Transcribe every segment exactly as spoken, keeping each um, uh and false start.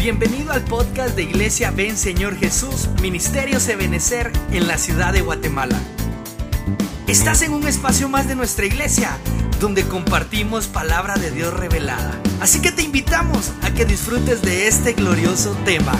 Bienvenido al podcast de Iglesia Ven Señor Jesús, Ministerios Ebenecer en la ciudad de Guatemala. Estás en un espacio más de nuestra iglesia, donde compartimos palabra de Dios revelada. Así que te invitamos a que disfrutes de este glorioso tema.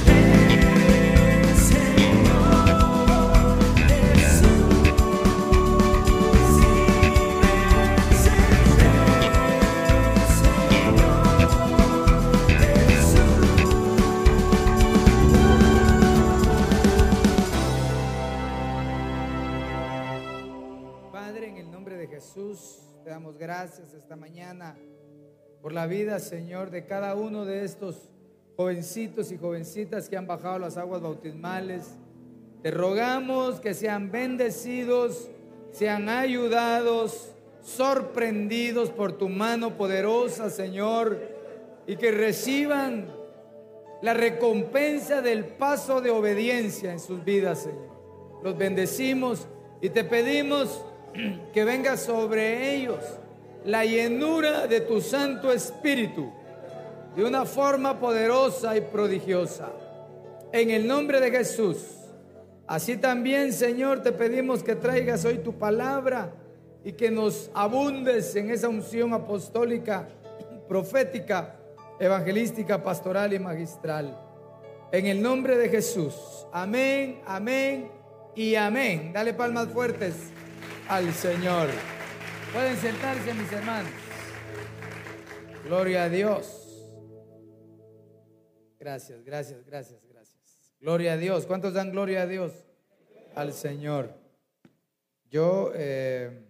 Jesús, te damos gracias esta mañana por la vida, Señor, de cada uno de estos jovencitos y jovencitas que han bajado las aguas bautismales. Te rogamos que sean bendecidos, sean ayudados, sorprendidos por tu mano poderosa, Señor, y que reciban la recompensa del paso de obediencia en sus vidas, Señor. Los bendecimos y te pedimos que venga sobre ellos la llenura de tu Santo Espíritu de una forma poderosa y prodigiosa, en el nombre de Jesús. Así también, Señor, te pedimos que traigas hoy tu palabra y que nos abundes en esa unción apostólica, profética, evangelística, pastoral y magistral, en el nombre de Jesús. Amén, amén y amén. Dale palmas fuertes al Señor. Pueden sentarse, mis hermanos. Gloria a Dios. Gracias, gracias, gracias, gracias. Gloria a Dios. ¿Cuántos dan gloria a Dios? Al Señor. Yo, eh,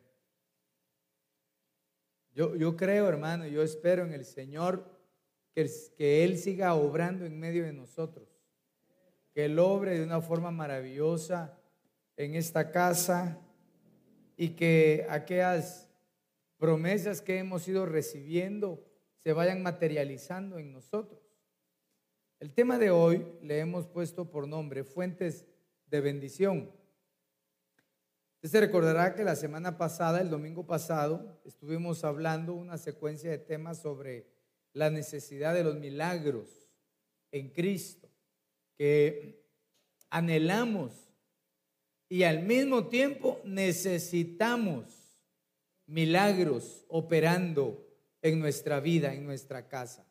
yo, yo creo, hermano, yo espero en el Señor que, que Él siga obrando en medio de nosotros, que Él obre de una forma maravillosa en esta casa, y que aquellas promesas que hemos ido recibiendo se vayan materializando en nosotros. El tema de hoy le hemos puesto por nombre Fuentes de Bendición. Usted se recordará que la semana pasada, el domingo pasado, estuvimos hablando una secuencia de temas sobre la necesidad de los milagros en Cristo, que anhelamos y al mismo tiempo necesitamos milagros operando en nuestra vida, en nuestra casa.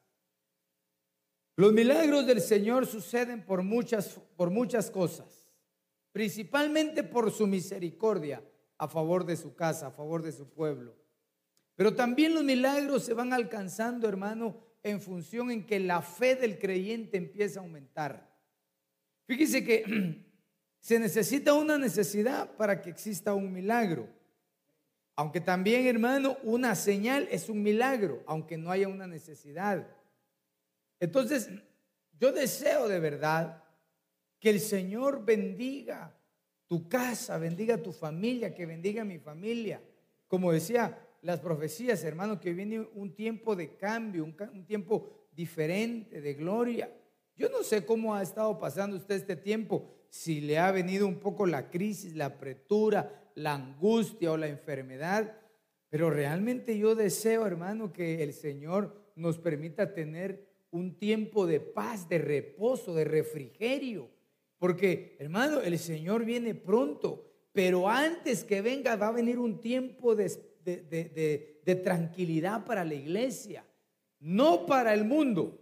Los milagros del Señor suceden por muchas, por muchas cosas, principalmente por su misericordia a favor de su casa, a favor de su pueblo. Pero también los milagros se van alcanzando, hermano, en función en que la fe del creyente empieza a aumentar. Fíjese que se necesita una necesidad para que exista un milagro. Aunque también, hermano, una señal es un milagro, aunque no haya una necesidad. Entonces, yo deseo de verdad que el Señor bendiga tu casa, bendiga tu familia, que bendiga mi familia. Como decía las profecías, hermano, que viene un tiempo de cambio, un, un tiempo diferente, de gloria. Yo no sé cómo ha estado pasando usted este tiempo, si le ha venido un poco la crisis, la apretura, la angustia o la enfermedad, pero realmente yo deseo, hermano, que el Señor nos permita tener un tiempo de paz, de reposo, de refrigerio, porque, hermano, el Señor viene pronto, pero antes que venga va a venir un tiempo de, de, de, de, de tranquilidad para la iglesia, no para el mundo.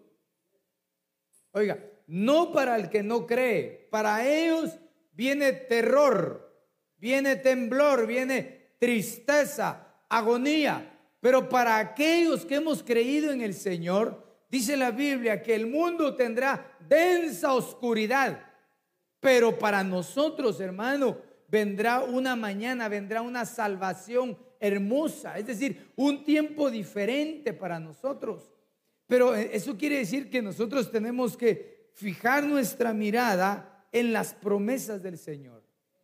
Oiga, no para el que no cree. Para ellos viene terror, viene temblor, viene tristeza, agonía. Pero para aquellos que hemos creído en el Señor, dice la Biblia que el mundo tendrá densa oscuridad. Pero para nosotros, hermano, vendrá una mañana, vendrá una salvación hermosa. Es decir, un tiempo diferente para nosotros. Pero eso quiere decir que nosotros tenemos que fijar nuestra mirada en las promesas del Señor.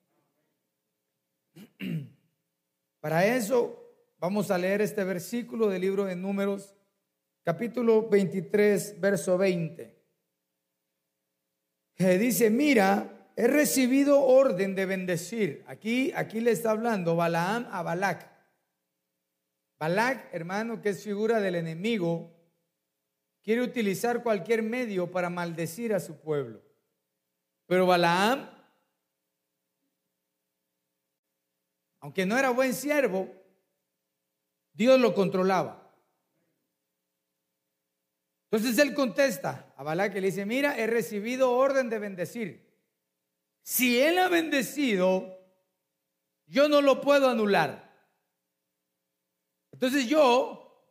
Para eso vamos a leer este versículo del libro de Números, capítulo veintitrés, verso veinte. Que dice: mira, he recibido orden de bendecir. Aquí, aquí le está hablando Balaam a Balac. Balac, hermano, que es figura del enemigo, quiere utilizar cualquier medio para maldecir a su pueblo. Pero Balaam, aunque no era buen siervo, Dios lo controlaba. Entonces él contesta a Balac y le dice: mira, he recibido orden de bendecir. Si él ha bendecido, yo no lo puedo anular. Entonces yo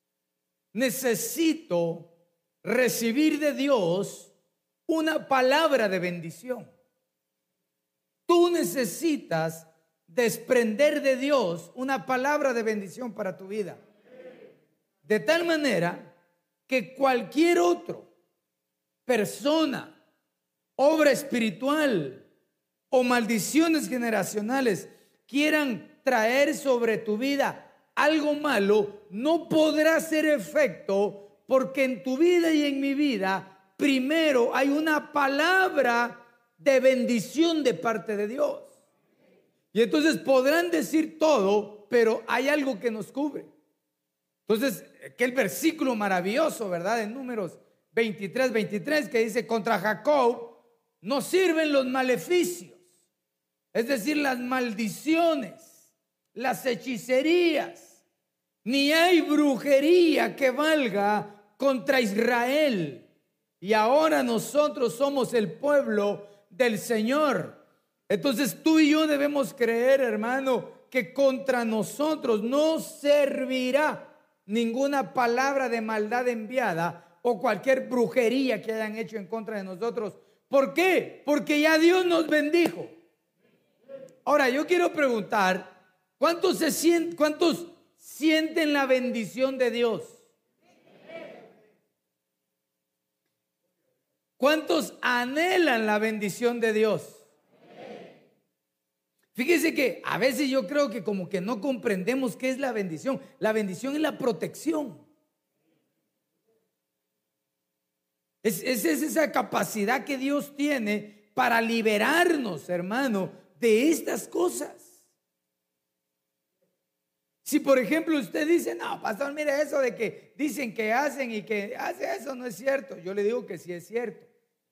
necesito recibir de Dios una palabra de bendición. Tú necesitas desprender de Dios una palabra de bendición para tu vida, de tal manera que cualquier otro persona, obra espiritual o maldiciones generacionales quieran traer sobre tu vida algo malo, no podrá hacer efecto, porque en tu vida y en mi vida primero hay una palabra de bendición de parte de Dios. Y entonces podrán decir todo, pero hay algo que nos cubre. Entonces, aquel versículo maravilloso, ¿verdad? En Números veintitrés, veintitrés, que dice: contra Jacob no sirven los maleficios, es decir, las maldiciones, las hechicerías, ni hay brujería que valga contra Israel. Y ahora nosotros somos el pueblo del Señor. Entonces tú y yo debemos creer, hermano, que contra nosotros no servirá ninguna palabra de maldad enviada o cualquier brujería que hayan hecho en contra de nosotros. ¿Por qué? Porque ya Dios nos bendijo. Ahora yo quiero preguntar: ¿cuántos se sienten, cuántos sienten la bendición de Dios? ¿Cuántos anhelan la bendición de Dios? Fíjese que a veces yo creo que como que no comprendemos qué es la bendición. La bendición es la protección. Es, es, es esa capacidad que Dios tiene para liberarnos, hermano, de estas cosas. Si por ejemplo usted dice: no, pastor, mire, eso de que dicen que hacen y que hace eso no es cierto. Yo le digo que sí es cierto.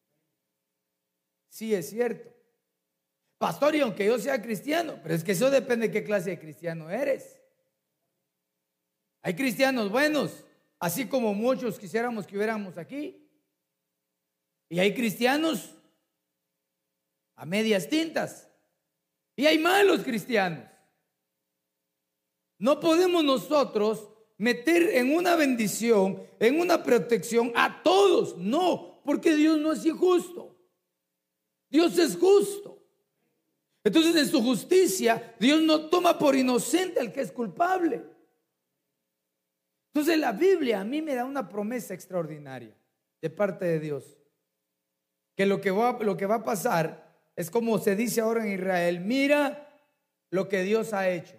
Sí es cierto. Pastor, y aunque yo sea cristiano, pero es que eso depende de qué clase de cristiano eres. Hay cristianos buenos, así como muchos quisiéramos que hubiéramos aquí. Y hay cristianos a medias tintas. Y hay malos cristianos. No podemos nosotros meter en una bendición, en una protección a todos. No, porque Dios no es injusto. Dios es justo. Entonces, en su justicia, Dios no toma por inocente al que es culpable. Entonces, la Biblia a mí me da una promesa extraordinaria de parte de Dios, que lo que va, lo que va a pasar es como se dice ahora en Israel: mira lo que Dios ha hecho.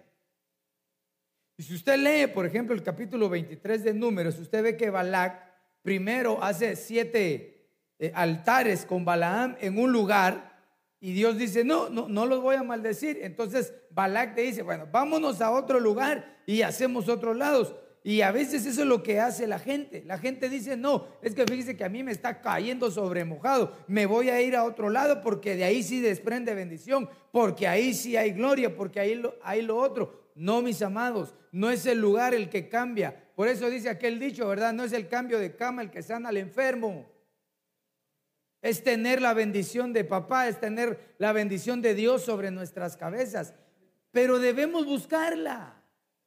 Y si usted lee, por ejemplo, el capítulo veintitrés de Números, usted ve que Balac primero hace siete eh, altares con Balaam en un lugar. Y Dios dice: no, no, no los voy a maldecir. Entonces Balac te dice: bueno, vámonos a otro lugar y hacemos otros lados. Y a veces eso es lo que hace la gente. La gente dice: no, es que fíjese que a mí me está cayendo sobre mojado, me voy a ir a otro lado porque de ahí sí desprende bendición, porque ahí sí hay gloria, porque ahí lo, hay lo otro. No, mis amados, no es el lugar el que cambia. Por eso dice aquel dicho, ¿verdad? No es el cambio de cama el que sana al enfermo. Es tener la bendición de papá, es tener la bendición de Dios sobre nuestras cabezas. Pero debemos buscarla.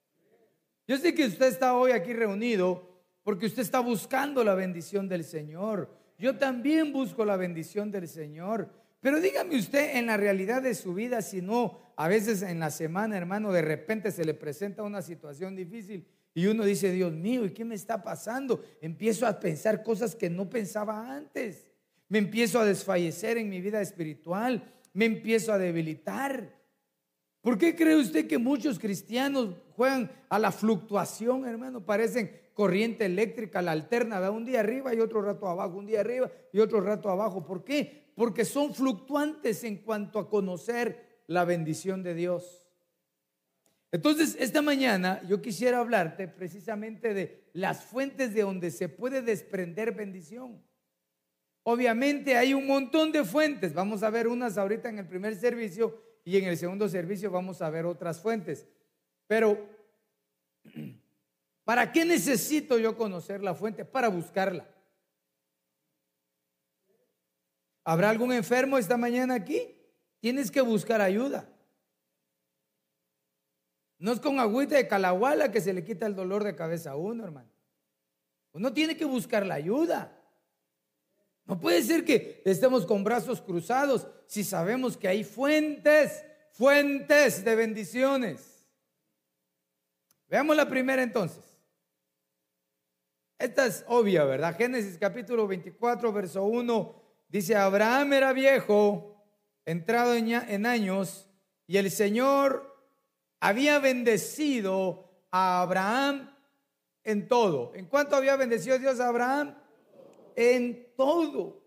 Yo sé que usted está hoy aquí reunido porque usted está buscando la bendición del Señor. Yo también busco la bendición del Señor. Pero dígame usted, en la realidad de su vida, si no, a veces en la semana, hermano, de repente se le presenta una situación difícil y uno dice: Dios mío, ¿y qué me está pasando? Empiezo a pensar cosas que no pensaba antes. Me empiezo a desfallecer en mi vida espiritual, me empiezo a debilitar. ¿Por qué cree usted que muchos cristianos juegan a la fluctuación, hermano? Parecen corriente eléctrica, la alterna, ¿verdad? Un día arriba y otro rato abajo, un día arriba y otro rato abajo. ¿Por qué? Porque son fluctuantes en cuanto a conocer la bendición de Dios. Entonces, esta mañana yo quisiera hablarte precisamente de las fuentes de donde se puede desprender bendición. Obviamente hay un montón de fuentes. Vamos a ver unas ahorita en el primer servicio y en el segundo servicio vamos a ver otras fuentes. Pero, ¿para qué necesito yo conocer la fuente? Para buscarla. ¿Habrá algún enfermo esta mañana aquí? Tienes que buscar ayuda. No es con agüita de calahuala que se le quita el dolor de cabeza a uno, hermano. Uno tiene que buscar la ayuda. No puede ser que estemos con brazos cruzados si sabemos que hay fuentes, fuentes de bendiciones. Veamos la primera entonces. Esta es obvia, ¿verdad? Génesis capítulo veinticuatro, verso uno, dice: Abraham era viejo, entrado en años, y el Señor había bendecido a Abraham en todo. ¿En cuánto había bendecido Dios a Abraham? En todo.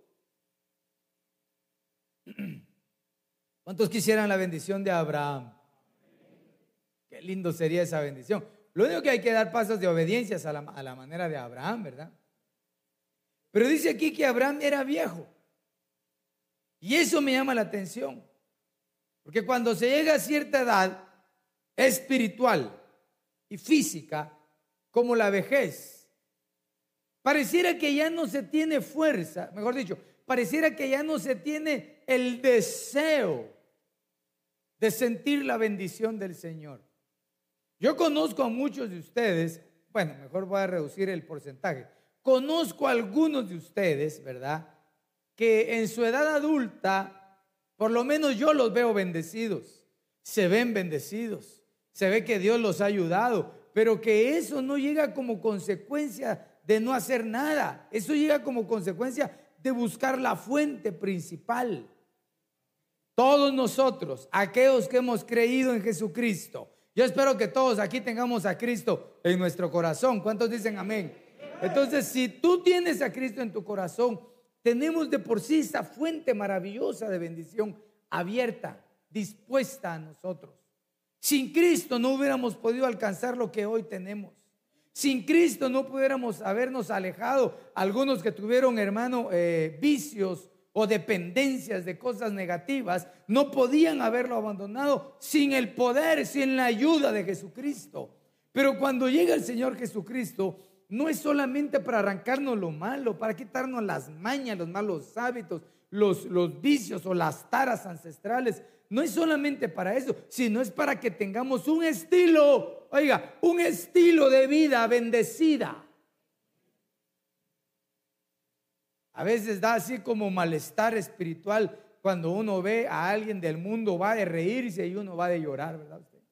¿Cuántos quisieran la bendición de Abraham? Qué lindo sería esa bendición. Lo único que hay que dar pasos de obediencia a la, a la manera de Abraham, ¿verdad? Pero dice aquí que Abraham era viejo. Y eso me llama la atención. Porque cuando se llega a cierta edad espiritual y física, como la vejez, pareciera que ya no se tiene fuerza, mejor dicho, pareciera que ya no se tiene el deseo de sentir la bendición del Señor. Yo conozco a muchos de ustedes, bueno, mejor voy a reducir el porcentaje. Conozco a algunos de ustedes, ¿verdad?, que en su edad adulta, por lo menos yo los veo bendecidos, se ven bendecidos, se ve que Dios los ha ayudado, pero que eso no llega como consecuencia de no hacer nada, eso llega como consecuencia de buscar la fuente principal. Todos nosotros, aquellos que hemos creído en Jesucristo, yo espero que todos aquí tengamos a Cristo en nuestro corazón. ¿Cuántos dicen amén? Entonces, si tú tienes a Cristo en tu corazón, tenemos de por sí esa fuente maravillosa de bendición abierta, dispuesta a nosotros. Sin Cristo no hubiéramos podido alcanzar lo que hoy tenemos. Sin Cristo no pudiéramos habernos alejado. Algunos que tuvieron, hermano, eh, vicios o dependencias de cosas negativas, no podían haberlo abandonado sin el poder, sin la ayuda de Jesucristo. Pero cuando llega el Señor Jesucristo, no es solamente para arrancarnos lo malo, para quitarnos las mañas, los malos hábitos, los, los vicios o las taras ancestrales. No es solamente para eso, sino es para que tengamos un estilo, oiga, un estilo de vida bendecida. A veces da así como malestar espiritual cuando uno ve a alguien del mundo, va de reírse y uno va de llorar, ¿verdad usted?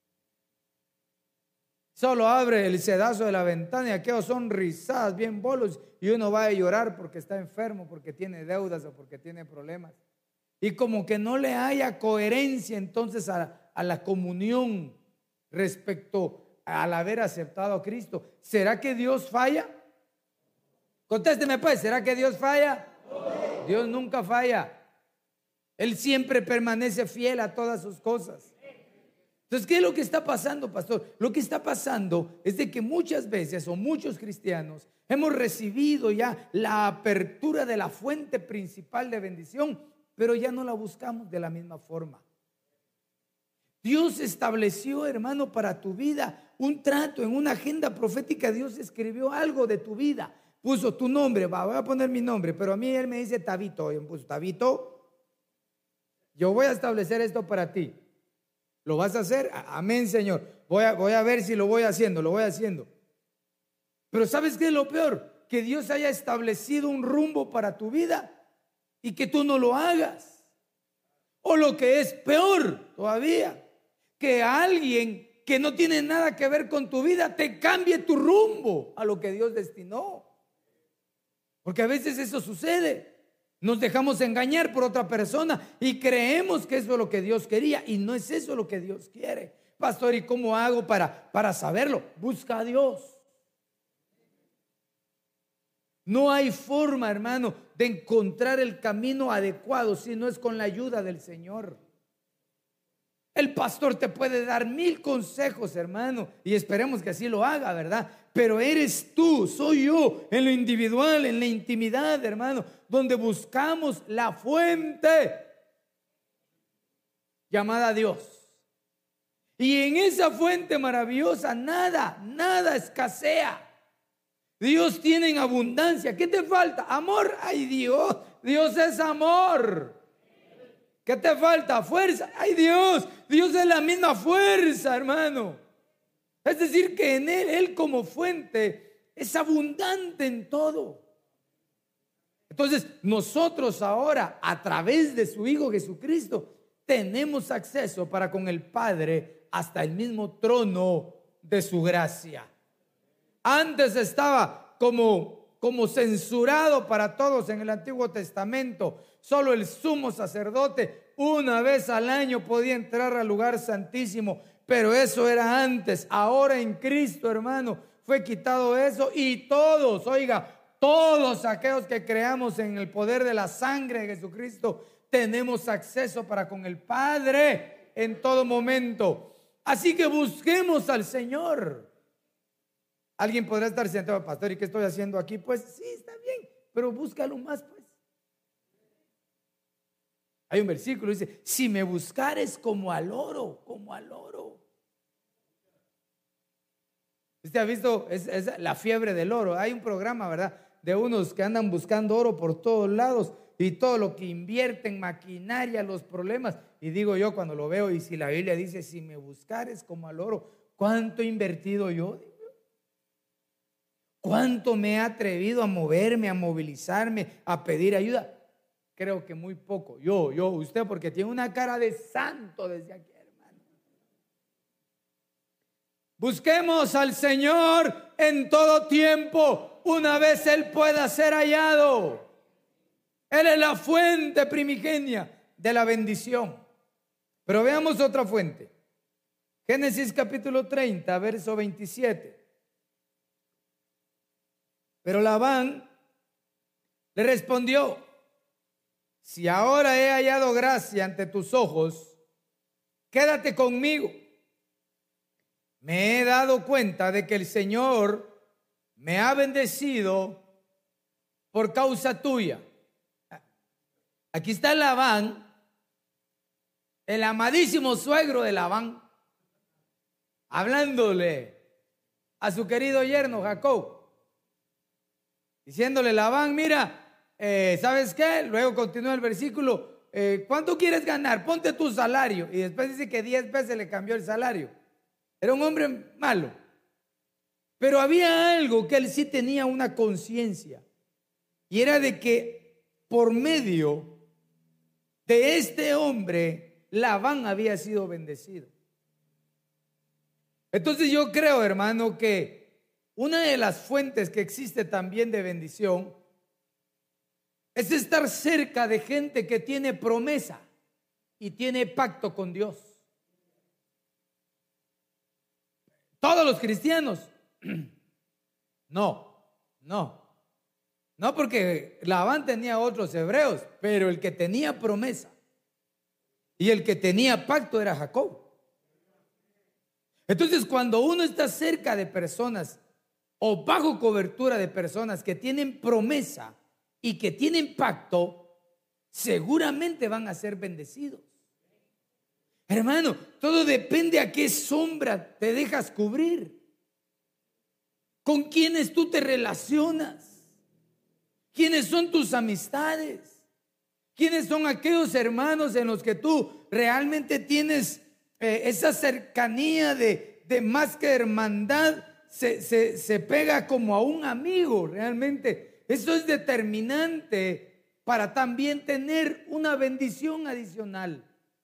Solo abre el sedazo de la ventana y aquellos son risadas, bien bolos, y uno va a llorar porque está enfermo, porque tiene deudas o porque tiene problemas. Y como que no le haya coherencia entonces a, a la comunión respecto al haber aceptado a Cristo. ¿Será que Dios falla? Contésteme pues, ¿será que Dios falla? No. Dios nunca falla. Él siempre permanece fiel a todas sus cosas. Entonces, ¿qué es lo que está pasando, pastor? Lo que está pasando es de que muchas veces o muchos cristianos hemos recibido ya la apertura de la fuente principal de bendición, pero ya no la buscamos de la misma forma. Dios estableció, hermano, para tu vida un trato. En una agenda profética Dios escribió algo de tu vida. Puso tu nombre, va, voy a poner mi nombre, pero a mí él me dice Tabito. Yo me puso Tabito, yo voy a establecer esto para ti. ¿Lo vas a hacer? Amén, Señor. Voy a, voy a ver si lo voy haciendo, lo voy haciendo. Pero ¿sabes qué es lo peor? Que Dios haya establecido un rumbo para tu vida y que tú no lo hagas. O lo que es peor todavía, que alguien que no tiene nada que ver con tu vida te cambie tu rumbo a lo que Dios destinó. Porque a veces eso sucede. Nos dejamos engañar por otra persona y creemos que eso es lo que Dios quería, y no es eso lo que Dios quiere. Pastor, ¿y cómo hago para, para saberlo? Busca a Dios. No hay forma, hermano, de encontrar el camino adecuado si no es con la ayuda del Señor. El pastor te puede dar mil consejos, hermano, y esperemos que así lo haga, ¿verdad? Pero eres tú, soy yo, en lo individual, en la intimidad, hermano, donde buscamos la fuente llamada Dios. Y en esa fuente maravillosa nada, nada escasea. Dios tiene en abundancia. ¿Qué te falta? Amor. Ay, Dios, Dios es amor. ¿Qué te falta? Fuerza. Ay, Dios, Dios es la misma fuerza, hermano. Es decir, que en Él, Él como fuente es abundante en todo. Entonces, nosotros ahora, a través de su Hijo Jesucristo, tenemos acceso para con el Padre hasta el mismo trono de su gracia. Antes estaba como, como censurado para todos en el Antiguo Testamento. Solo el sumo sacerdote una vez al año podía entrar al lugar santísimo, pero eso era antes. Ahora en Cristo, hermano, fue quitado eso y todos, oiga, todos aquellos que creamos en el poder de la sangre de Jesucristo, tenemos acceso para con el Padre en todo momento. Así que busquemos al Señor. Alguien podrá estar sentado, pastor, ¿y qué estoy haciendo aquí? Pues sí, está bien, pero búscalo más, pues. Hay un versículo que dice: si me buscares como al oro, como al oro. Usted ha visto, es, es la fiebre del oro. Hay un programa, ¿verdad?, de unos que andan buscando oro por todos lados y todo lo que invierten, maquinaria, los problemas. Y digo yo cuando lo veo, y si la Biblia dice: si me buscares como al oro, ¿cuánto he invertido yo? ¿Cuánto me he atrevido a moverme, a movilizarme, a pedir ayuda? Creo que muy poco. Yo, yo, usted, porque tiene una cara de santo desde aquí, hermano. Busquemos al Señor en todo tiempo, una vez Él pueda ser hallado. Él es la fuente primigenia de la bendición. Pero veamos otra fuente. Génesis capítulo treinta, verso veintisiete. Pero Labán le respondió: si ahora he hallado gracia ante tus ojos, quédate conmigo. Me he dado cuenta de que el Señor me ha bendecido por causa tuya. Aquí está Labán, el amadísimo suegro de Labán, hablándole a su querido yerno Jacob, diciéndole: Labán, mira, eh, ¿sabes qué? Luego continúa el versículo, eh, ¿cuánto quieres ganar? Ponte tu salario. Y después dice que diez veces le cambió el salario. Era un hombre malo, pero había algo que él sí tenía una conciencia, y era de que por medio de este hombre Labán había sido bendecido. Entonces yo creo, hermano, que una de las fuentes que existe también de bendición es estar cerca de gente que tiene promesa y tiene pacto con Dios. Todos los cristianos, no, no. No, porque Labán tenía otros hebreos, pero el que tenía promesa y el que tenía pacto era Jacob. Entonces, cuando uno está cerca de personas o bajo cobertura de personas que tienen promesa y que tienen pacto, seguramente van a ser bendecidos. Hermano, todo depende a qué sombra te dejas cubrir, con quiénes tú te relacionas. ¿Quiénes son tus amistades? ¿Quiénes son aquellos hermanos en los que tú realmente tienes eh, esa cercanía de, de más que hermandad? Se, se, se pega como a un amigo realmente. Eso es determinante para también tener una bendición adicional.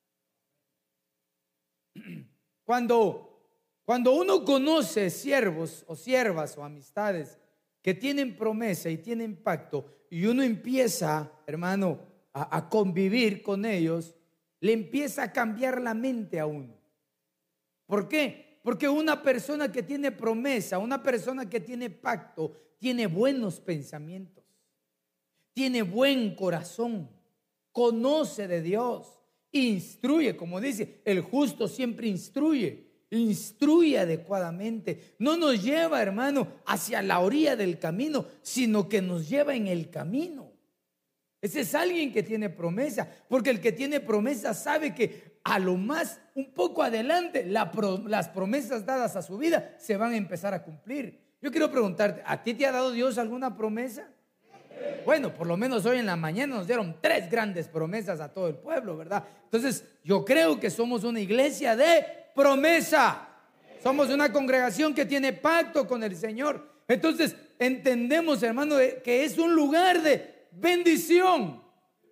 Cuando, cuando uno conoce siervos o siervas o amistades que tienen promesa y tienen pacto, y uno empieza, hermano, a, a convivir con ellos, le empieza a cambiar la mente a uno. ¿Por qué? Porque una persona que tiene promesa, una persona que tiene pacto, tiene buenos pensamientos, tiene buen corazón, conoce de Dios, instruye, como dice, el justo siempre instruye, instruye adecuadamente. No nos lleva, hermano, hacia la orilla del camino, sino que nos lleva en el camino. Ese es alguien que tiene promesa, porque el que tiene promesa sabe que a lo más un poco adelante la pro, las promesas dadas a su vida se van a empezar a cumplir. Yo quiero preguntarte, ¿a ti te ha dado Dios alguna promesa? Bueno, por lo menos hoy en la mañana nos dieron tres grandes promesas a todo el pueblo, ¿verdad? Entonces yo creo que somos una iglesia de promesa. Somos una congregación que tiene pacto con el Señor. Entonces entendemos, hermano, que es un lugar de bendición.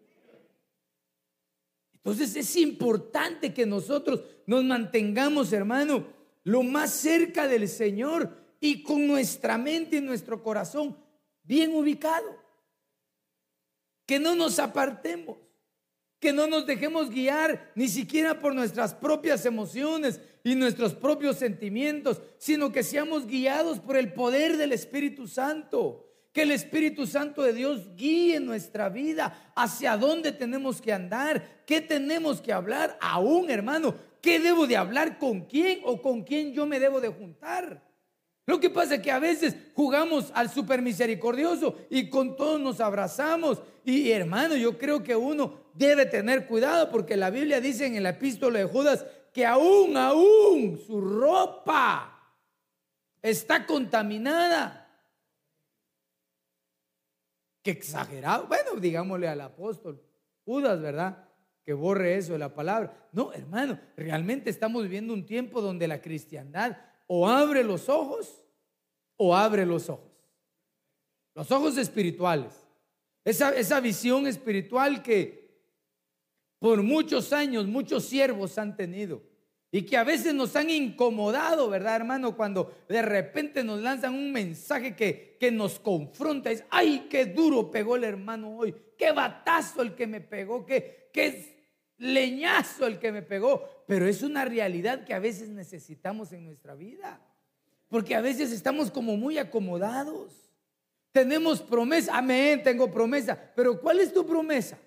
Entonces es importante que nosotros nos mantengamos, hermano, lo más cerca del Señor y con nuestra mente y nuestro corazón bien ubicado. Que no nos apartemos, que no nos dejemos guiar ni siquiera por nuestras propias emociones y nuestros propios sentimientos, sino que seamos guiados por el poder del Espíritu Santo. Que el Espíritu Santo de Dios guíe nuestra vida hacia dónde tenemos que andar, qué tenemos que hablar, aún, hermano, qué debo de hablar, con quién o con quién yo me debo de juntar. Lo que pasa es que a veces jugamos al super misericordioso y con todos nos abrazamos. Y hermano, yo creo que uno debe tener cuidado, porque la Biblia dice en el epístola de Judas que aún, aún su ropa está contaminada. Qué exagerado. Bueno, digámosle al apóstol Judas, ¿verdad? Que borre eso de la palabra. No, hermano, realmente estamos viviendo un tiempo donde la cristiandad o abre los ojos o abre los ojos. Los ojos espirituales. Esa, esa visión espiritual que por muchos años muchos siervos han tenido y que a veces nos han incomodado, ¿verdad, hermano? Cuando de repente nos lanzan un mensaje que, que nos confronta. Es, ay, qué duro pegó el hermano hoy, qué batazo el que me pegó, qué, qué leñazo el que me pegó. Pero es una realidad que a veces necesitamos en nuestra vida, porque a veces estamos como muy acomodados. Tenemos promesa, amén, tengo promesa, pero ¿cuál es tu promesa?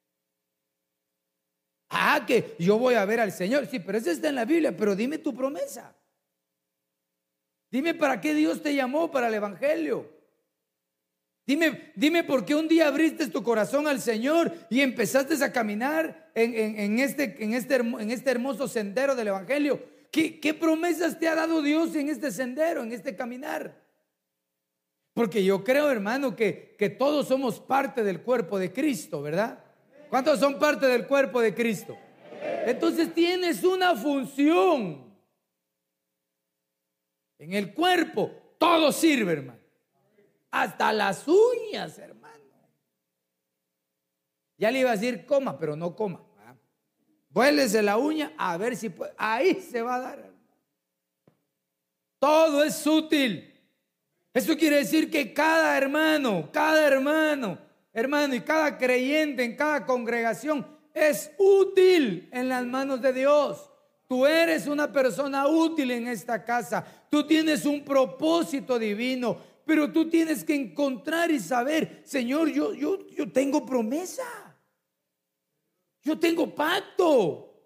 Ah, que yo voy a ver al Señor. Sí, pero eso está en la Biblia. Pero dime tu promesa. Dime para qué Dios te llamó para el evangelio. Dime, dime por qué un día abriste tu corazón al Señor y empezaste a caminar en, en, en, este, en, este, en este hermoso sendero del evangelio. ¿Qué, ¿Qué promesas te ha dado Dios en este sendero, en este caminar? Porque yo creo, hermano, que, que todos somos parte del cuerpo de Cristo, ¿verdad? ¿Cuántos son parte del cuerpo de Cristo? Entonces tienes una función. En el cuerpo todo sirve, hermano. Hasta las uñas, hermano. Ya le iba a decir coma, pero no coma. Vuélese la uña a ver si puede. Ahí se va a dar, hermano. Todo es útil. Eso quiere decir que cada hermano, cada hermano, hermano, y cada creyente en cada congregación es útil en las manos de Dios. Tú eres una persona útil en esta casa. Tú tienes un propósito divino, pero tú tienes que encontrar y saber, Señor, yo, yo, yo tengo promesa. Yo tengo pacto.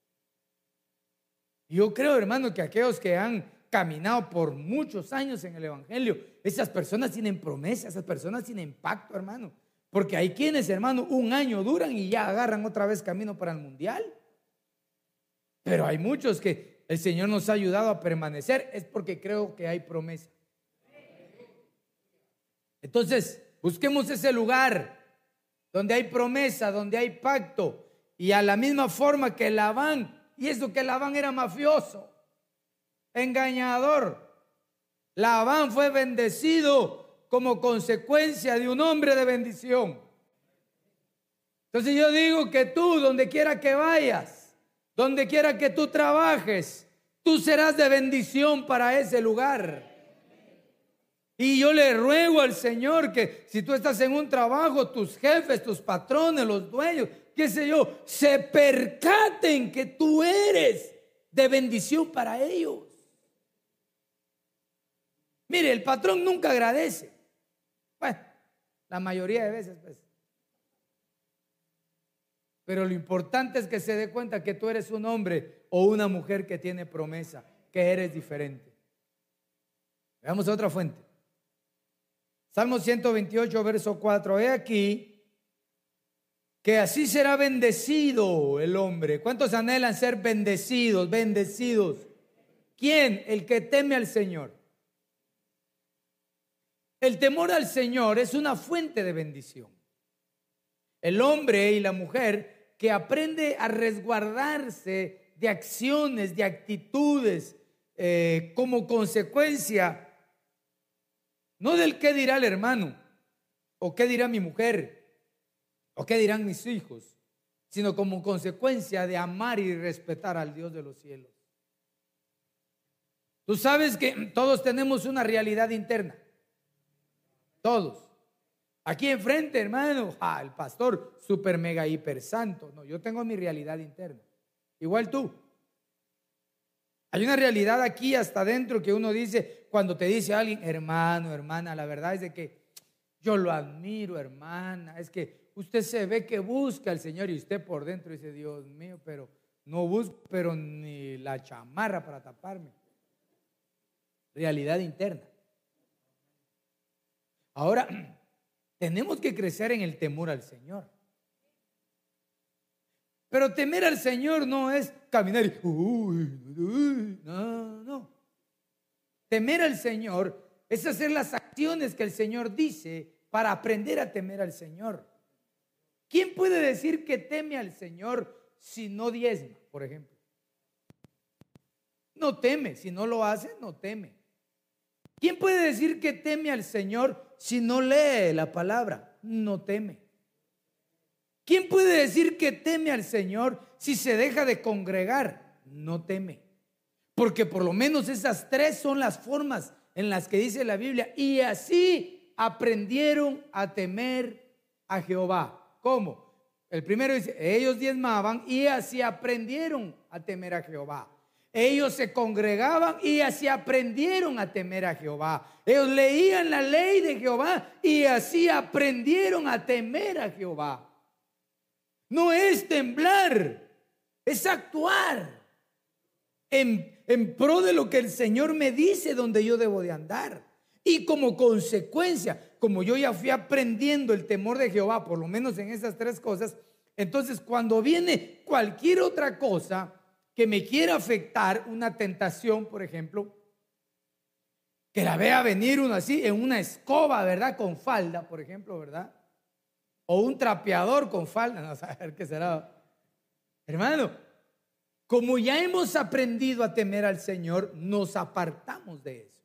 Yo creo, hermano, que aquellos que han caminado por muchos años en el evangelio, esas personas tienen promesa, esas personas tienen pacto, hermano. Porque hay quienes, hermano, un año duran y ya agarran otra vez camino para el mundial. Pero hay muchos que el Señor nos ha ayudado a permanecer, es porque creo que hay promesa. Entonces, busquemos ese lugar donde hay promesa, donde hay pacto. Y a la misma forma que Labán, y eso que Labán era mafioso, engañador, Labán fue bendecido como consecuencia de un hombre de bendición. Entonces yo digo que tú, donde quiera que vayas, donde quiera que tú trabajes, tú serás de bendición para ese lugar. Y yo le ruego al Señor que si tú estás en un trabajo, tus jefes, tus patrones, los dueños, qué sé yo, se percaten que tú eres de bendición para ellos. Mire, el patrón nunca agradece. Bueno, la mayoría de veces, pues. Pero lo importante es que se dé cuenta que tú eres un hombre o una mujer que tiene promesa, que eres diferente. Veamos otra fuente. Salmo ciento veintiocho, verso cuatro. He aquí que así será bendecido el hombre. ¿Cuántos anhelan ser bendecidos? Bendecidos. ¿Quién? El que teme al Señor. El temor al Señor es una fuente de bendición. El hombre y la mujer que aprende a resguardarse de acciones, de actitudes, eh, como consecuencia, no del qué dirá el hermano, o qué dirá mi mujer, o qué dirán mis hijos, sino como consecuencia de amar y respetar al Dios de los cielos. Tú sabes que todos tenemos una realidad interna. Todos. Aquí enfrente, hermano, ah, el pastor super mega hiper santo. No, yo tengo mi realidad interna. Igual tú. Hay una realidad aquí hasta adentro que uno dice, cuando te dice a alguien, hermano, hermana, la verdad es de que yo lo admiro, hermana. Es que usted se ve que busca al Señor y usted por dentro dice, Dios mío, pero no busco, pero ni la chamarra para taparme. Realidad interna. Ahora, tenemos que crecer en el temor al Señor. Pero temer al Señor no es caminar y, uy, uy, no, no. Temer al Señor es hacer las acciones que el Señor dice para aprender a temer al Señor. ¿Quién puede decir que teme al Señor si no diezma, por ejemplo? No teme, si no lo hace, no teme. ¿Quién puede decir que teme al Señor si no lee la palabra? No teme. ¿Quién puede decir que teme al Señor si se deja de congregar? No teme. Porque por lo menos esas tres son las formas en las que dice la Biblia. Y así aprendieron a temer a Jehová. ¿Cómo? El primero dice, ellos diezmaban y así aprendieron a temer a Jehová. Ellos se congregaban y así aprendieron a temer a Jehová. Ellos leían la ley de Jehová y así aprendieron a temer a Jehová. No es temblar, es actuar en, en pro de lo que el Señor me dice donde yo debo de andar. Y como consecuencia, como yo ya fui aprendiendo el temor de Jehová, por lo menos en esas tres cosas, entonces cuando viene cualquier otra cosa que me quiera afectar, una tentación, por ejemplo, que la vea venir uno así en una escoba, ¿verdad? Con falda, por ejemplo, ¿verdad? O un trapeador con falda, no saber qué será. Hermano, como ya hemos aprendido a temer al Señor, nos apartamos de eso.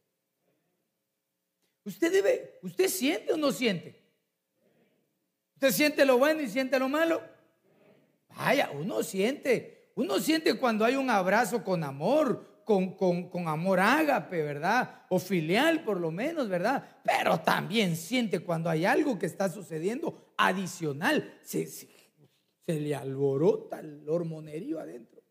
Usted debe, ¿usted siente o no siente? ¿Usted siente lo bueno y siente lo malo? Vaya, uno siente. Uno siente cuando hay un abrazo con amor, con, con, con amor ágape, ¿verdad? O filial por lo menos, ¿verdad? Pero también siente cuando hay algo que está sucediendo adicional. Se, se, se le alborota el hormonerío adentro.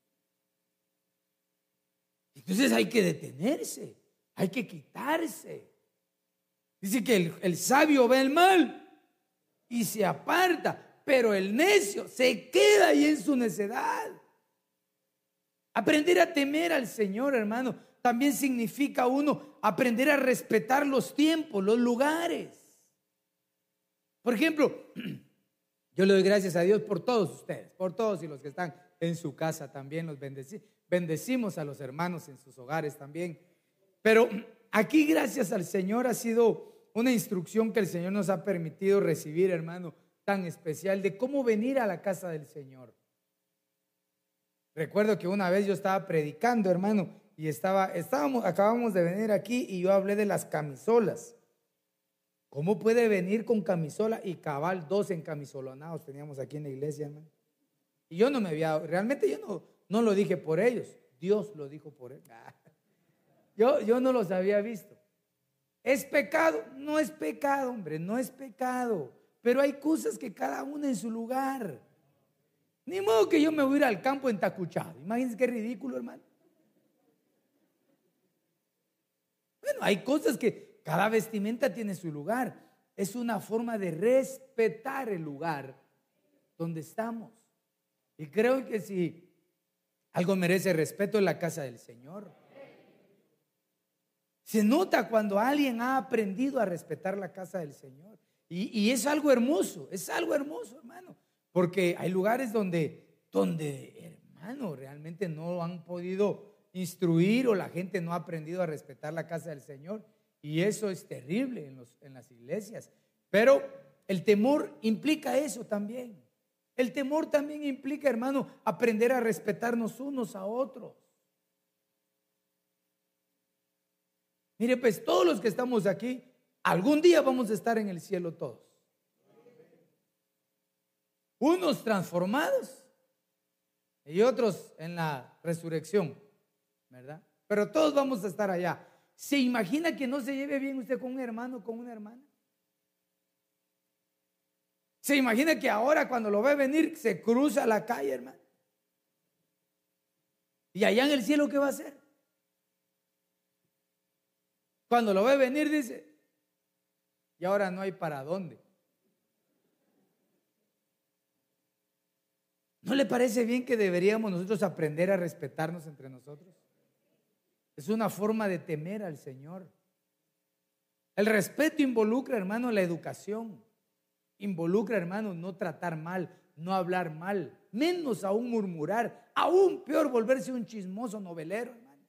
Entonces hay que detenerse, hay que quitarse. Dice que el, el sabio ve el mal y se aparta. Pero el necio se queda ahí en su necedad. Aprender a temer al Señor, hermano, también significa uno aprender a respetar los tiempos, los lugares. Por ejemplo, yo le doy gracias a Dios por todos ustedes, por todos y los que están en su casa también los bendecimos. Bendecimos a los hermanos en sus hogares también. Pero aquí, gracias al Señor, ha sido una instrucción que el Señor nos ha permitido recibir, hermano, tan especial de cómo venir a la casa del Señor. Recuerdo que una vez yo estaba predicando, hermano, y estaba, estábamos, acabamos de venir aquí y yo hablé de las camisolas. ¿Cómo puede venir con camisola? Y cabal dos encamisolonados teníamos aquí en la iglesia, hermano. Y yo no me había, realmente yo no, no lo dije por ellos, Dios lo dijo por él. Yo, yo no los había visto. ¿Es pecado? No es pecado, hombre, no es pecado. Pero hay cosas que cada una en su lugar. Ni modo que yo me voy a ir al campo entacuchado. Imagínense qué ridículo, hermano. Bueno, hay cosas que cada vestimenta tiene su lugar. Es una forma de respetar el lugar donde estamos. Y creo que si algo merece respeto es la casa del Señor. Se nota cuando alguien ha aprendido a respetar la casa del Señor. Y, y es algo hermoso, es algo hermoso, hermano. Porque hay lugares donde, donde, hermano, realmente no han podido instruir o la gente no ha aprendido a respetar la casa del Señor. Y eso es terrible en, los, en las iglesias. Pero el temor implica eso también. El temor también implica, hermano, aprender a respetarnos unos a otros. Mire, pues todos los que estamos aquí, algún día vamos a estar en el cielo todos. Unos transformados y otros en la resurrección, ¿verdad? Pero todos vamos a estar allá. ¿Se imagina que no se lleve bien usted con un hermano o con una hermana? ¿Se imagina que ahora cuando lo ve venir se cruza la calle, hermano? ¿Y allá en el cielo qué va a hacer? Cuando lo ve venir dice, y ahora no hay para dónde. ¿No le parece bien que deberíamos nosotros aprender a respetarnos entre nosotros? Es una forma de temer al Señor. El respeto involucra, hermano, la educación. Involucra, hermano, no tratar mal, no hablar mal, menos aún murmurar, aún peor volverse un chismoso novelero, hermano.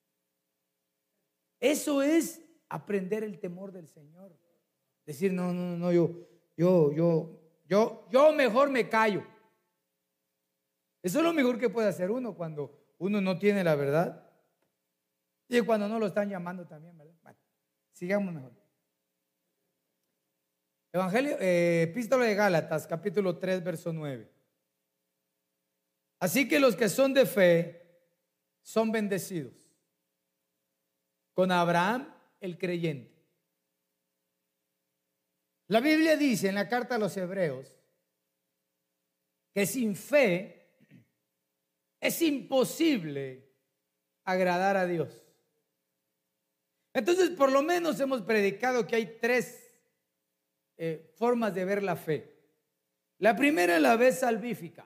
Eso es aprender el temor del Señor. Decir, no, no, no, yo, yo, yo, yo, yo mejor me callo. Eso es lo mejor que puede hacer uno cuando uno no tiene la verdad. Y cuando no lo están llamando también, ¿verdad? Bueno, sigamos mejor. Evangelio, eh, Epístola de Gálatas, capítulo tres, verso nueve. Así que los que son de fe son bendecidos con Abraham el creyente. La Biblia dice en la carta a los Hebreos que sin fe es imposible agradar a Dios. Entonces, por lo menos hemos predicado que hay tres eh, formas de ver la fe. La primera es la fe salvífica.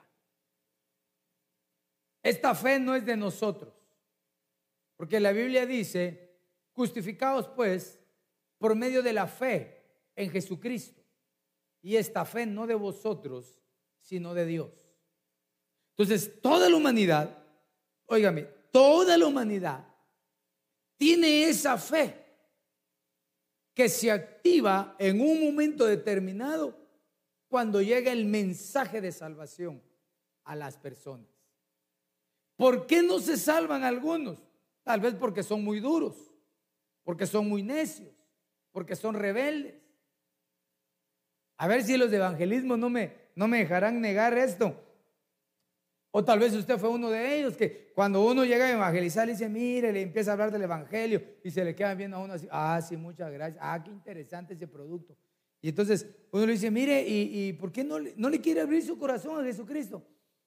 Esta fe no es de nosotros, porque la Biblia dice, justificados pues por medio de la fe en Jesucristo, y esta fe no de vosotros, sino de Dios. Entonces, toda la humanidad, óigame, toda la humanidad tiene esa fe que se activa en un momento determinado cuando llega el mensaje de salvación a las personas. ¿Por qué no se salvan algunos? Tal vez porque son muy duros, porque son muy necios, porque son rebeldes. A ver si los de evangelismo no me, no me dejarán negar esto. O tal vez usted fue uno de ellos que cuando uno llega a evangelizar le dice, mire, le empieza a hablar del evangelio y se le quedan viendo a uno así, ah, sí, muchas gracias, ah, qué interesante ese producto. Y entonces uno le dice, mire, ¿y, y por qué no, no le quiere abrir su corazón a Jesucristo?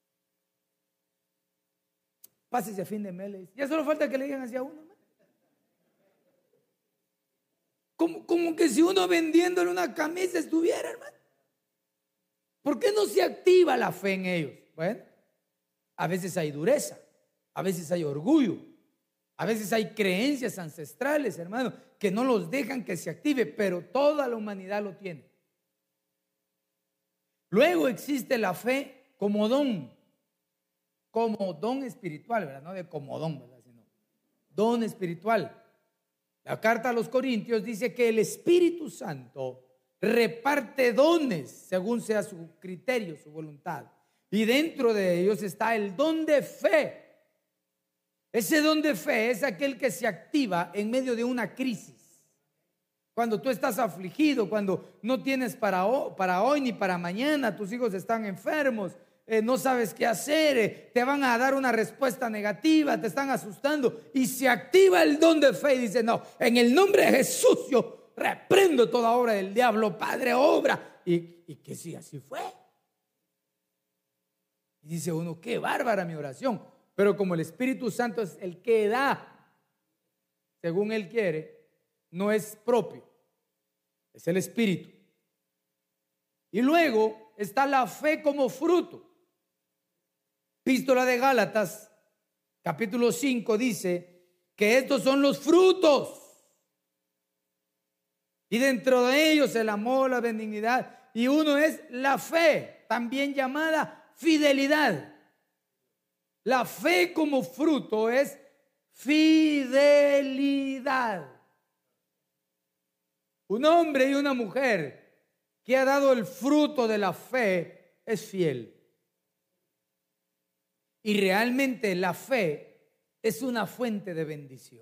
Pásese a fin de mes, le dice. Ya solo falta que le digan hacia uno, ¿no? Como, como que si uno vendiéndole una camisa estuviera, hermano. ¿Por qué no se activa la fe en ellos? Bueno, a veces hay dureza, a veces hay orgullo, a veces hay creencias ancestrales, hermano, que no los dejan que se active, pero toda la humanidad lo tiene. Luego existe la fe como don, como don espiritual, ¿verdad? No de como don, ¿verdad? Sino don espiritual. La carta a los Corintios dice que el Espíritu Santo reparte dones según sea su criterio, su voluntad. Y dentro de ellos está el don de fe. Ese don de fe es aquel que se activa en medio de una crisis. Cuando tú estás afligido, cuando no tienes para hoy, para hoy ni para mañana, tus hijos están enfermos, eh, no sabes qué hacer, eh, te van a dar una respuesta negativa, te están asustando y se activa el don de fe y dice, no, en el nombre de Jesús yo reprendo toda obra del diablo, Padre, obra. Y, y que sí, así fue. Y dice uno, qué bárbara mi oración. Pero como el Espíritu Santo es el que da, según Él quiere, no es propio, es el Espíritu. Y luego está la fe como fruto. Epístola de Gálatas, capítulo cinco, dice que estos son los frutos. Y dentro de ellos el amor, la benignidad. Y uno es la fe, también llamada fidelidad. La fe como fruto es fidelidad. Un hombre y una mujer que ha dado el fruto de la fe es fiel. Y realmente la fe es una fuente de bendición.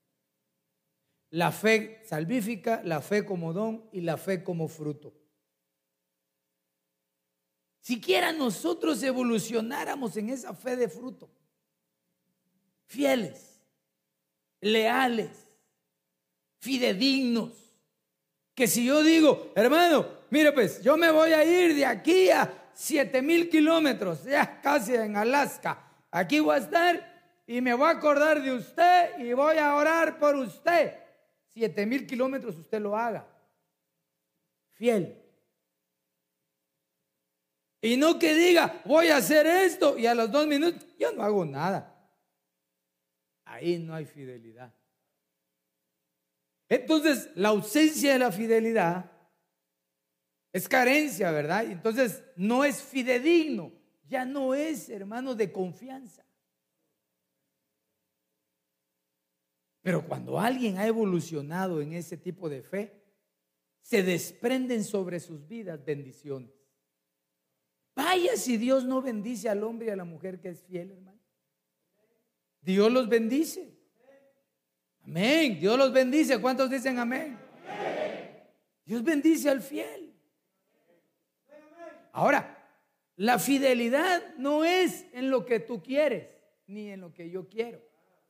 La fe salvífica, la fe como don y la fe como fruto. Siquiera nosotros evolucionáramos en esa fe de fruto, fieles, leales, fidedignos. Que si yo digo, hermano, mire pues, yo me voy a ir de aquí a siete mil kilómetros, ya casi en Alaska. Aquí voy a estar y me voy a acordar de usted y voy a orar por usted. Siete mil kilómetros usted lo haga. Fiel. Y no que diga, voy a hacer esto y a los dos minutos, yo no hago nada. Ahí no hay fidelidad. Entonces, la ausencia de la fidelidad es carencia, ¿verdad? Entonces, no es fidedigno, ya no es, hermano, de confianza. Pero cuando alguien ha evolucionado en ese tipo de fe, se desprenden sobre sus vidas bendiciones. Vaya si Dios no bendice al hombre y a la mujer que es fiel, hermano. Dios los bendice. Amén. Dios los bendice. ¿Cuántos dicen amén? Amén. Dios bendice al fiel. Ahora, la fidelidad no es en lo que tú quieres, ni en lo que yo quiero.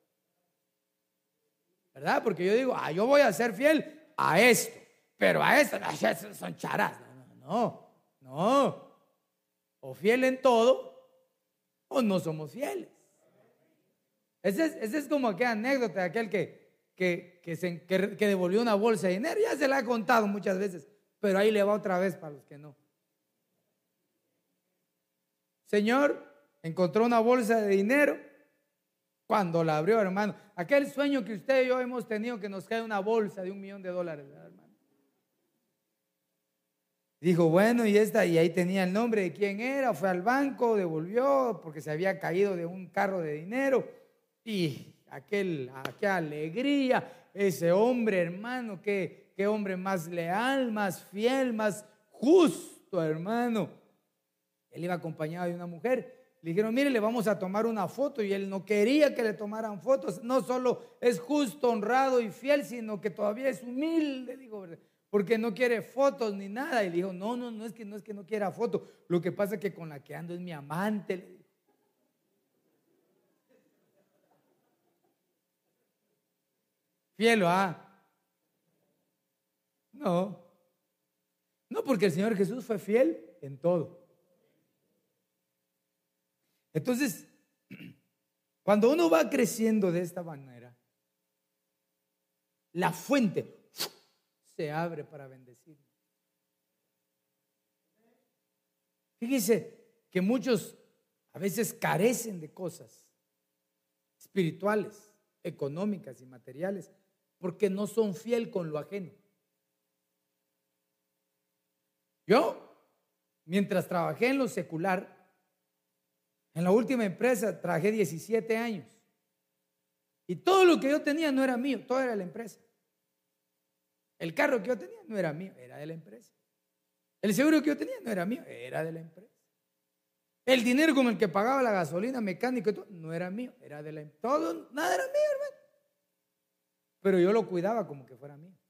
¿Verdad? Porque yo digo, ah, yo voy a ser fiel a esto, pero a esto, no, son charas. No, no, no. O fiel en todo, o no somos fieles. Ese es, ese es como aquella anécdota de aquel que, que, que, se, que, que devolvió una bolsa de dinero. Ya se la he contado muchas veces, pero ahí le va otra vez para los que no. Señor, encontró una bolsa de dinero. Cuando la abrió, hermano, aquel sueño que usted y yo hemos tenido, que nos cae una bolsa de un millón de dólares, ¿verdad, hermano? Dijo, bueno, y esta, y ahí tenía el nombre de quién era. Fue al banco, devolvió porque se había caído de un carro de dinero. Y aquel, aquella alegría, ese hombre, hermano, qué, qué hombre más leal, más fiel, más justo, hermano. Él iba acompañado de una mujer. Le dijeron, mire, le vamos a tomar una foto. Y él no quería que le tomaran fotos. No solo es justo, honrado y fiel, sino que todavía es humilde, digo, porque no quiere fotos ni nada. Y le dijo, no, no, no es que no es que no quiera fotos. Lo que pasa es que con la que ando es mi amante, le dijo. Fiel, ¿ah? No. No, porque el Señor Jesús fue fiel en todo. Entonces, cuando uno va creciendo de esta manera, la fuente se abre para bendecir. Fíjese que muchos a veces carecen de cosas espirituales, económicas y materiales porque no son fiel con lo ajeno. Yo, mientras trabajé en lo secular, en la última empresa trabajé diecisiete años y todo lo que yo tenía no era mío, todo era de la empresa. El carro que yo tenía no era mío, era de la empresa. El seguro que yo tenía no era mío, era de la empresa. El dinero con el que pagaba la gasolina, mecánico y todo, no era mío, era de la empresa. Todo, nada era mío, hermano. Pero yo lo cuidaba como que fuera mío.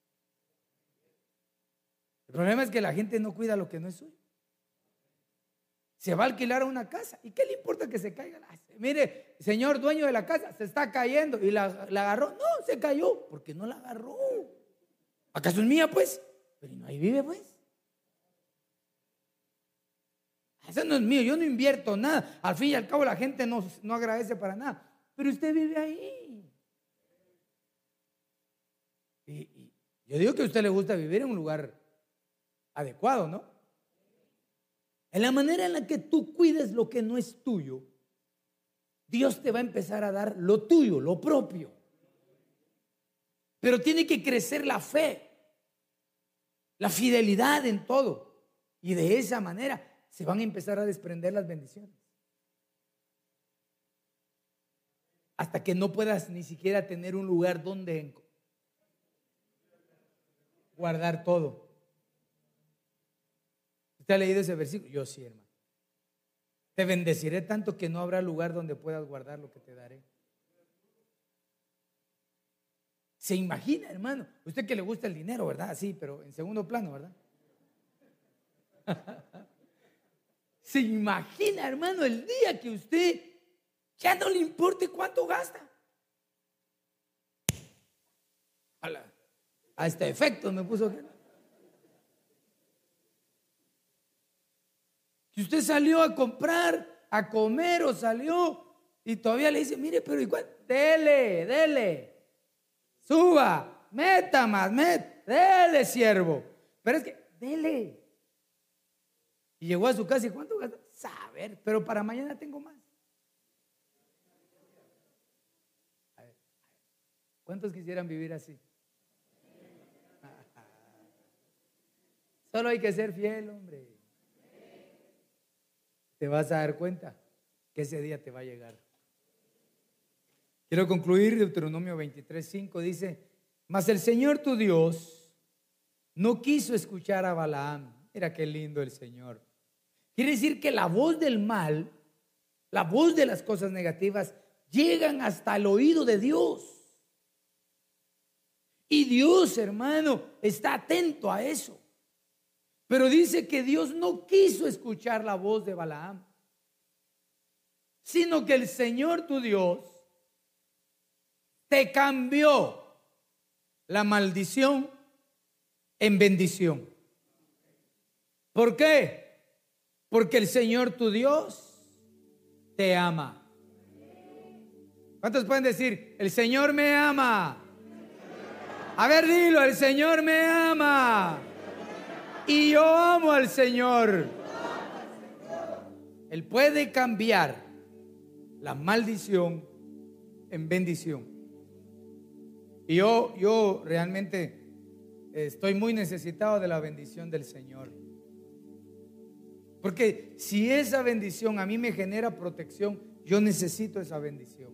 El problema es que la gente no cuida lo que no es suyo. Se va a alquilar a una casa. ¿Y qué le importa que se caiga? Mire, señor dueño de la casa, se está cayendo. ¿Y la, la agarró? No, se cayó. ¿Por qué no la agarró? ¿Acaso es mía, pues? Pero no, ahí vive, pues. Eso no es mío, yo no invierto nada. Al fin y al cabo la gente no, no agradece para nada. Pero usted vive ahí. Y, y yo digo que a usted le gusta vivir en un lugar adecuado, ¿no? En la manera en la que tú cuides lo que no es tuyo, Dios te va a empezar a dar lo tuyo, lo propio. Pero tiene que crecer la fe, la fidelidad en todo. Y de esa manera se van a empezar a desprender las bendiciones. Hasta que no puedas ni siquiera tener un lugar donde guardar todo. ¿Usted ha leído ese versículo? Yo sí, hermano. Te bendeciré tanto que no habrá lugar donde puedas guardar lo que te daré. ¿Se imagina, hermano? Usted que le gusta el dinero, ¿verdad? Sí, pero en segundo plano, ¿verdad? ¿Se imagina, hermano, el día que usted ya no le importe cuánto gasta? A este efecto me puso que... Que usted salió a comprar, a comer o salió y todavía le dice, mire, pero igual, dele, dele, suba, meta más, met, dele, siervo. Pero es que, dele. Y llegó a su casa y ¿cuánto gasta? Saber, pero para mañana tengo más. A ver, ¿cuántos quisieran vivir así? Solo hay que ser fiel, hombre. Te vas a dar cuenta que ese día te va a llegar. Quiero concluir. Deuteronomio veintitrés, cinco dice: mas el Señor tu Dios no quiso escuchar a Balaam. Mira qué lindo el Señor. Quiere decir que la voz del mal, la voz de las cosas negativas, llegan hasta el oído de Dios. Y Dios, hermano, está atento a eso. Pero dice que Dios no quiso escuchar la voz de Balaam, sino que el Señor tu Dios te cambió la maldición en bendición. ¿Por qué? Porque el Señor tu Dios te ama. ¿Cuántos pueden decir, el Señor me ama? A ver, dilo, el Señor me ama. Y yo amo al Señor. Él puede cambiar la maldición en bendición. Y yo, yo realmente estoy muy necesitado de la bendición del Señor. Porque si esa bendición a mí me genera protección, yo necesito esa bendición.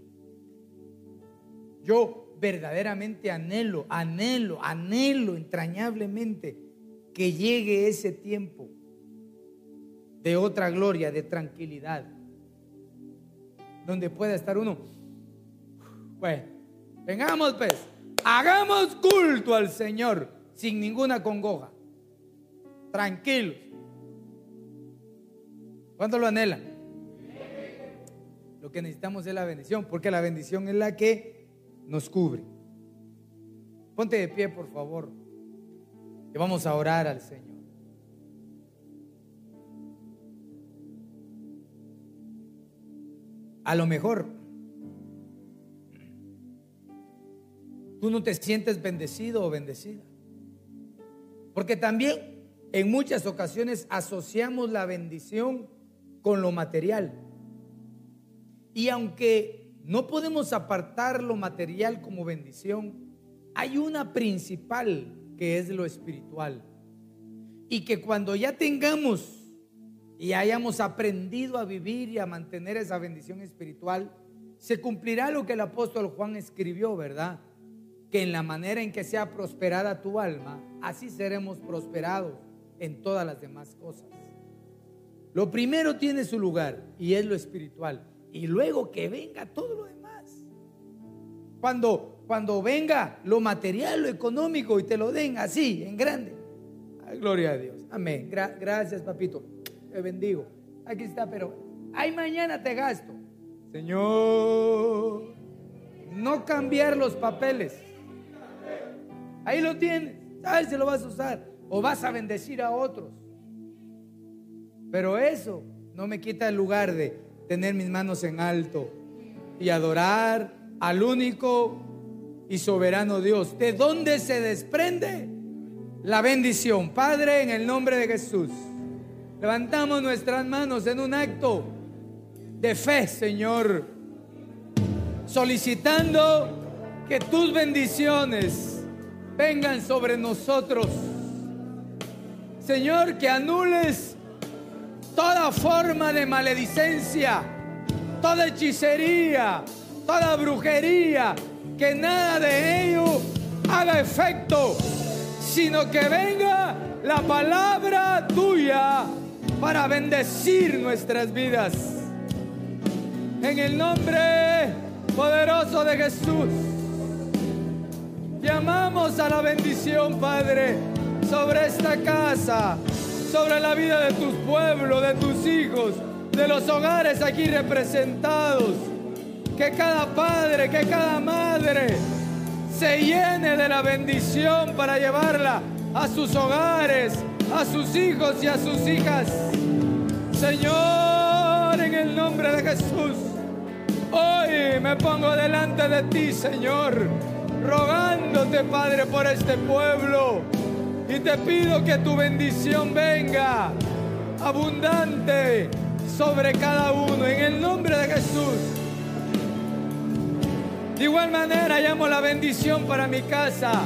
Yo verdaderamente anhelo, anhelo, anhelo entrañablemente que llegue ese tiempo de otra gloria, de tranquilidad, donde pueda estar uno. Bueno, vengamos pues, hagamos culto al Señor sin ninguna congoja, tranquilos. ¿Cuánto lo anhelan? Lo que necesitamos es la bendición, porque la bendición es la que nos cubre. Ponte de pie, por favor, y vamos a orar al Señor. A lo mejor tú no te sientes bendecido o bendecida, porque también en muchas ocasiones asociamos la bendición con lo material. Y aunque no podemos apartar lo material como bendición, hay una principal que es lo espiritual. Y que cuando ya tengamos y hayamos aprendido a vivir y a mantener esa bendición espiritual, se cumplirá lo que el apóstol Juan escribió, ¿verdad? Que en la manera en que sea prosperada tu alma, así seremos prosperados en todas las demás cosas. Lo primero tiene su lugar y es lo espiritual, y luego que venga todo lo demás. Cuando, cuando venga lo material, lo económico, y te lo den así, en grande, ay, gloria a Dios, amén. Gra- gracias, papito, te bendigo. Aquí está, pero ay, mañana te gasto. Señor, no cambiar los papeles. Ahí lo tienes, sabes si lo vas a usar o vas a bendecir a otros. Pero eso no me quita el lugar de tener mis manos en alto y adorar al único y soberano Dios. ¿De dónde se desprende la bendición? Padre, en el nombre de Jesús, Levantamos nuestras manos en un acto de fe, Señor, solicitando que tus bendiciones vengan sobre nosotros. Señor, que anules toda forma de maledicencia, toda hechicería, toda brujería, que nada de ello haga efecto, sino que venga la palabra tuya para bendecir nuestras vidas. En el nombre poderoso de Jesús, llamamos a la bendición, Padre, sobre esta casa, sobre la vida de tus pueblos, de tus hijos, de los hogares aquí representados. Que cada padre, que cada madre se llene de la bendición para llevarla a sus hogares, a sus hijos y a sus hijas. Señor, en el nombre de Jesús, hoy me pongo delante de ti, Señor, rogándote, Padre, por este pueblo, y te pido que tu bendición venga abundante sobre cada uno, en el nombre de Jesús. De igual manera, llamo la bendición para mi casa.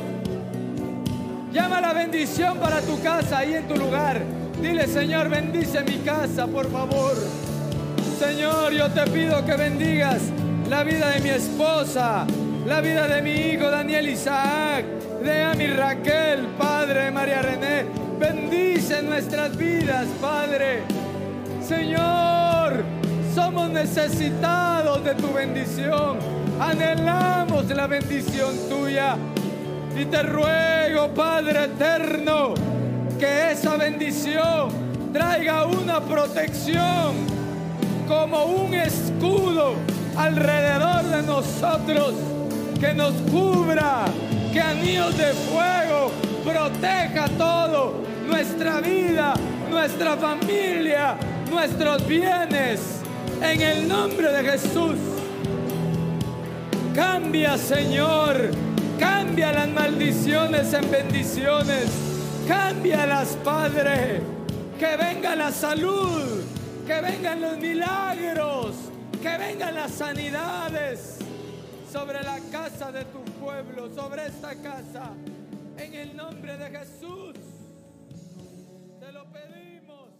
Llama la bendición para tu casa, ahí en tu lugar. Dile: Señor, bendice mi casa, por favor. Señor, yo te pido que bendigas la vida de mi esposa, la vida de mi hijo Daniel Isaac, de Ami Raquel, Padre, de María René. Bendice nuestras vidas, Padre. Señor, somos necesitados de tu bendición. Anhelamos la bendición tuya. Y te ruego, Padre eterno, que esa bendición traiga una protección como un escudo alrededor de nosotros, que nos cubra, que anillos de fuego proteja todo, nuestra vida, nuestra familia, nuestros bienes, en el nombre de Jesús. Cambia, Señor, cambia las maldiciones en bendiciones, cámbialas, Padre, que venga la salud, que vengan los milagros, que vengan las sanidades sobre la casa de tu pueblo, sobre esta casa, en el nombre de Jesús, te lo pedimos.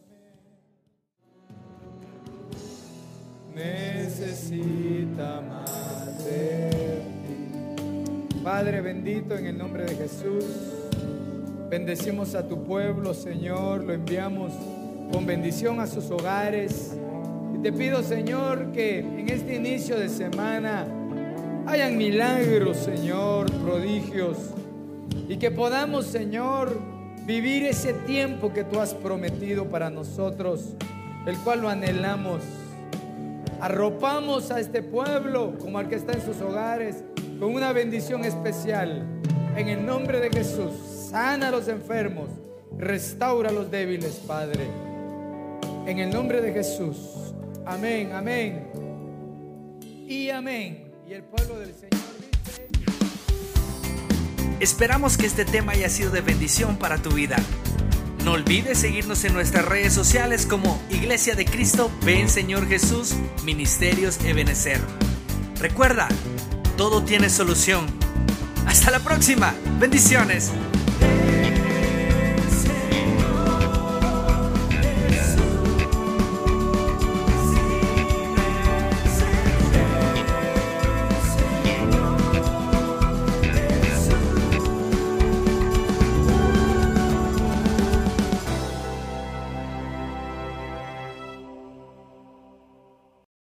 Necesita más de ti. Padre bendito, en el nombre de Jesús, bendecimos a tu pueblo, Señor, lo enviamos con bendición a sus hogares. Y te pido, Señor, que en este inicio de semana hayan milagros, Señor, prodigios, y que podamos, Señor, vivir ese tiempo que tú has prometido para nosotros, el cual lo anhelamos. Arropamos a este pueblo como al que está en sus hogares con una bendición especial. En el nombre de Jesús, sana a los enfermos, restaura a los débiles, Padre. En el nombre de Jesús. Amén, amén y amén. Y el pueblo del Señor dice: esperamos que este tema haya sido de bendición para tu vida. No olvides seguirnos en nuestras redes sociales como Iglesia de Cristo Ven Señor Jesús Ministerios Ebenecer. Recuerda, todo tiene solución. Hasta la próxima. Bendiciones.